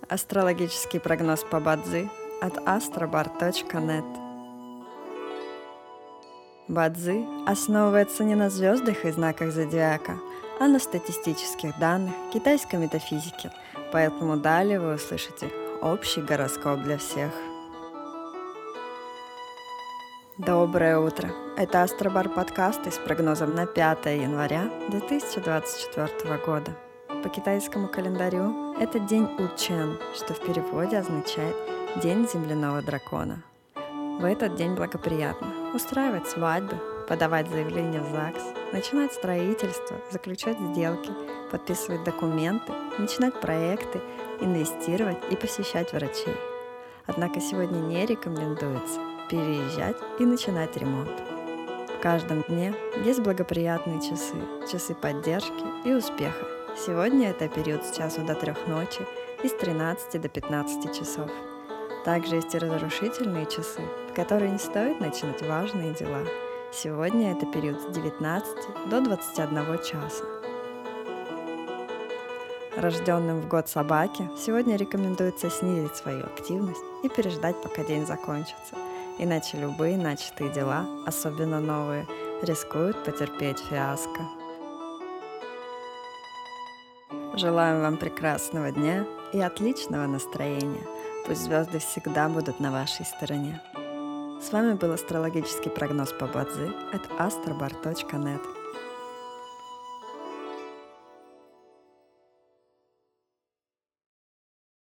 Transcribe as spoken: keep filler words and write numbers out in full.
Астрологический прогноз по Бадзи от астробар точка нет. Бадзи основывается не на звездах и знаках зодиака, а на статистических данных китайской метафизики, поэтому далее вы услышите общий гороскоп для всех. Доброе утро! Это Астробар подкасты с прогнозом на пятое января две тысячи двадцать четвёртого года. По китайскому календарю это день Учен, что в переводе означает «День земляного дракона». В этот день благоприятно устраивать свадьбы, подавать заявления в ЗАГС, начинать строительство, заключать сделки, подписывать документы, начинать проекты, инвестировать и посещать врачей. Однако сегодня не рекомендуется переезжать и начинать ремонт. В каждом дне есть благоприятные часы, часы поддержки и успеха. Сегодня это период с часу до трех ночи и с тринадцати до пятнадцати часов. Также есть и разрушительные часы, в которые не стоит начинать важные дела. Сегодня это период с девятнадцати до двадцати одного часа. Рожденным в год собаки сегодня рекомендуется снизить свою активность и переждать, пока день закончится. Иначе любые начатые дела, особенно новые, рискуют потерпеть фиаско. Желаем вам прекрасного дня и отличного настроения. Пусть звезды всегда будут на вашей стороне. С вами был астрологический прогноз по Бадзи от астробар точка нет.